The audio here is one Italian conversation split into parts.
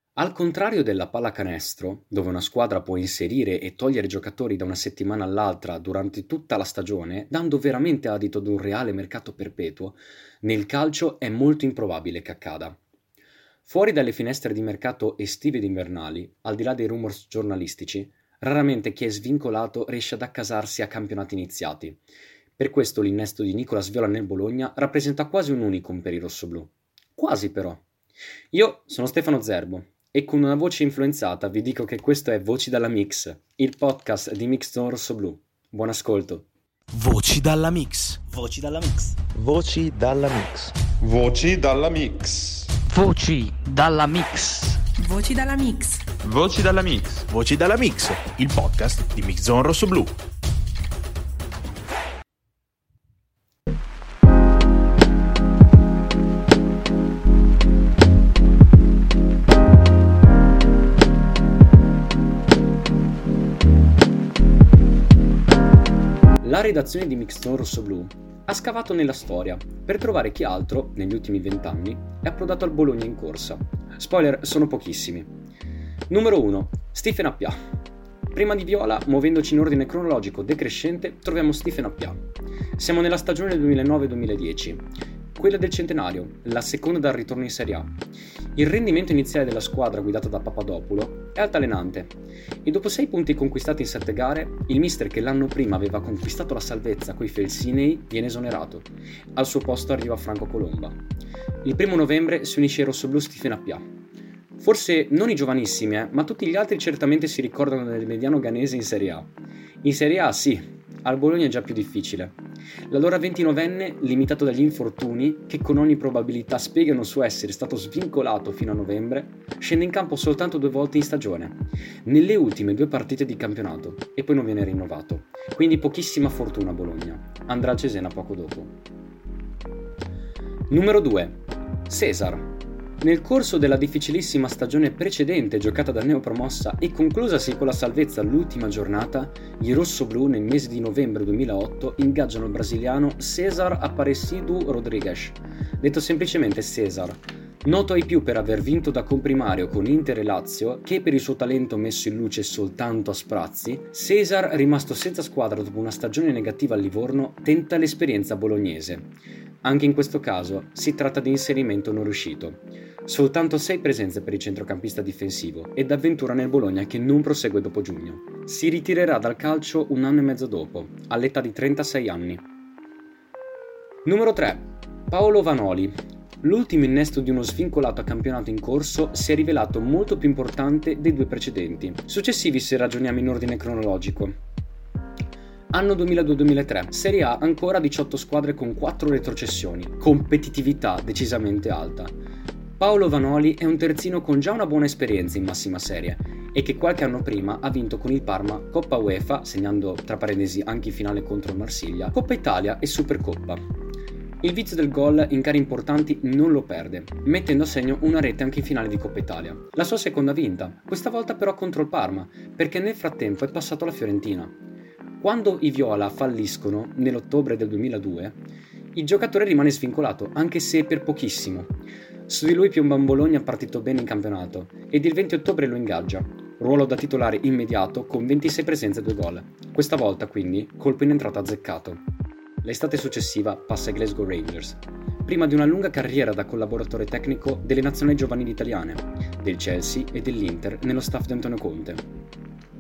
Al contrario della pallacanestro, dove una squadra può inserire e togliere giocatori da una settimana all'altra durante tutta la stagione, dando veramente adito ad un reale mercato perpetuo, nel calcio è molto improbabile che accada. Fuori dalle finestre di mercato estive ed invernali, al di là dei rumors giornalistici, raramente chi è svincolato riesce ad accasarsi a campionati iniziati. Per questo l'innesto di Nicolas Viola nel Bologna rappresenta quasi un unicum per i rossoblù. Quasi però. Io sono Stefano Zerbo e con una voce influenzata vi dico che questo è Voci dalla Mix, il podcast di Mix Zone Rossoblù. Buon ascolto. Voci dalla Mix. Voci dalla Mix. Voci dalla Mix. Voci dalla Mix. Voci dalla Mix. Voci dalla Mix. Voci dalla Mix. Voci dalla Mix, il podcast di Mix Zone Rossoblù. La redazione di Mix Zone Rossoblù ha scavato nella storia per trovare chi altro, negli ultimi 20 anni, è approdato al Bologna in corsa. Spoiler, sono pochissimi. Numero 1. Stephen Appiah. Prima di Viola, muovendoci in ordine cronologico decrescente, troviamo Stephen Appiah. Siamo nella stagione 2009-2010, quella del centenario, la seconda dal ritorno in Serie A. Il rendimento iniziale della squadra guidata da Papadopoulo è altalenante e dopo 6 punti conquistati in 7 gare, il mister che l'anno prima aveva conquistato la salvezza coi Felsinei viene esonerato. Al suo posto arriva Franco Colomba. Il 1 novembre si unisce ai rossoblù Stephen Appiah. Forse non i giovanissimi, ma tutti gli altri certamente si ricordano del mediano ghanese in Serie A. In Serie A sì, al Bologna è già più difficile. L'allora 29enne, limitato dagli infortuni, che con ogni probabilità spiegano il suo essere stato svincolato fino a novembre, scende in campo soltanto 2 volte in stagione, nelle ultime 2 partite di campionato, e poi non viene rinnovato. Quindi pochissima fortuna a Bologna. Andrà al Cesena poco dopo. Numero 2. Cesar. Nel corso della difficilissima stagione precedente giocata da neopromossa e conclusasi con la salvezza all'ultima giornata, i rossoblù nel mese di novembre 2008 ingaggiano il brasiliano César Aparecido Rodrigues, detto semplicemente César, noto ai più per aver vinto da comprimario con Inter e Lazio che per il suo talento messo in luce soltanto a sprazzi. César, rimasto senza squadra dopo una stagione negativa al Livorno, tenta l'esperienza bolognese. Anche in questo caso si tratta di inserimento non riuscito. Soltanto 6 presenze per il centrocampista difensivo ed avventura nel Bologna che non prosegue dopo giugno. Si ritirerà dal calcio 1 anno e mezzo dopo, all'età di 36 anni. Numero 3. Paolo Vanoli. L'ultimo innesto di uno svincolato a campionato in corso si è rivelato molto più importante dei 2 precedenti, successivi se ragioniamo in ordine cronologico. Anno 2002-2003, Serie A ancora 18 squadre con 4 retrocessioni, competitività decisamente alta. Paolo Vanoli è un terzino con già una buona esperienza in massima serie e che qualche anno prima ha vinto con il Parma Coppa UEFA, segnando tra parentesi anche in finale contro il Marsiglia, Coppa Italia e Supercoppa. Il vizio del gol in gare importanti non lo perde, mettendo a segno una rete anche in finale di Coppa Italia. La sua seconda vinta, questa volta però contro il Parma, perché nel frattempo è passato alla Fiorentina. Quando i Viola falliscono, nell'ottobre del 2002, il giocatore rimane svincolato, anche se per pochissimo. Su di lui piomba un Bologna partito bene in campionato, ed il 20 ottobre lo ingaggia, ruolo da titolare immediato con 26 presenze e 2 gol. Questa volta, quindi, colpo in entrata azzeccato. L'estate successiva passa ai Glasgow Rangers, prima di una lunga carriera da collaboratore tecnico delle nazionali giovanili italiane, del Chelsea e dell'Inter nello staff di Antonio Conte.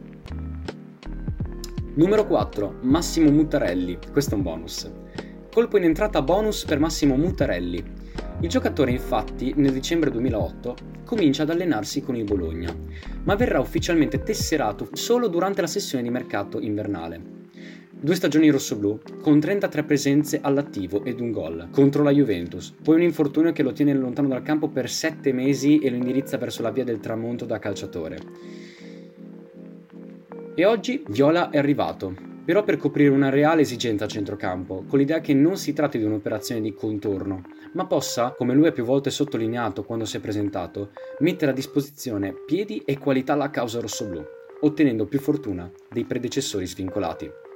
Numero 4. Massimo Mutarelli. Questo è un bonus. Colpo in entrata bonus per Massimo Mutarelli. Il giocatore infatti nel dicembre 2008 comincia ad allenarsi con il Bologna, ma verrà ufficialmente tesserato solo durante la sessione di mercato invernale. 2 stagioni rossoblù con 33 presenze all'attivo ed un gol contro la Juventus, poi un infortunio che lo tiene lontano dal campo per 7 mesi e lo indirizza verso la via del tramonto da calciatore. E oggi Viola è arrivato, però per coprire una reale esigenza a centrocampo, con l'idea che non si tratti di un'operazione di contorno, ma possa, come lui ha più volte sottolineato quando si è presentato, mettere a disposizione piedi e qualità alla causa rossoblù, ottenendo più fortuna dei predecessori svincolati.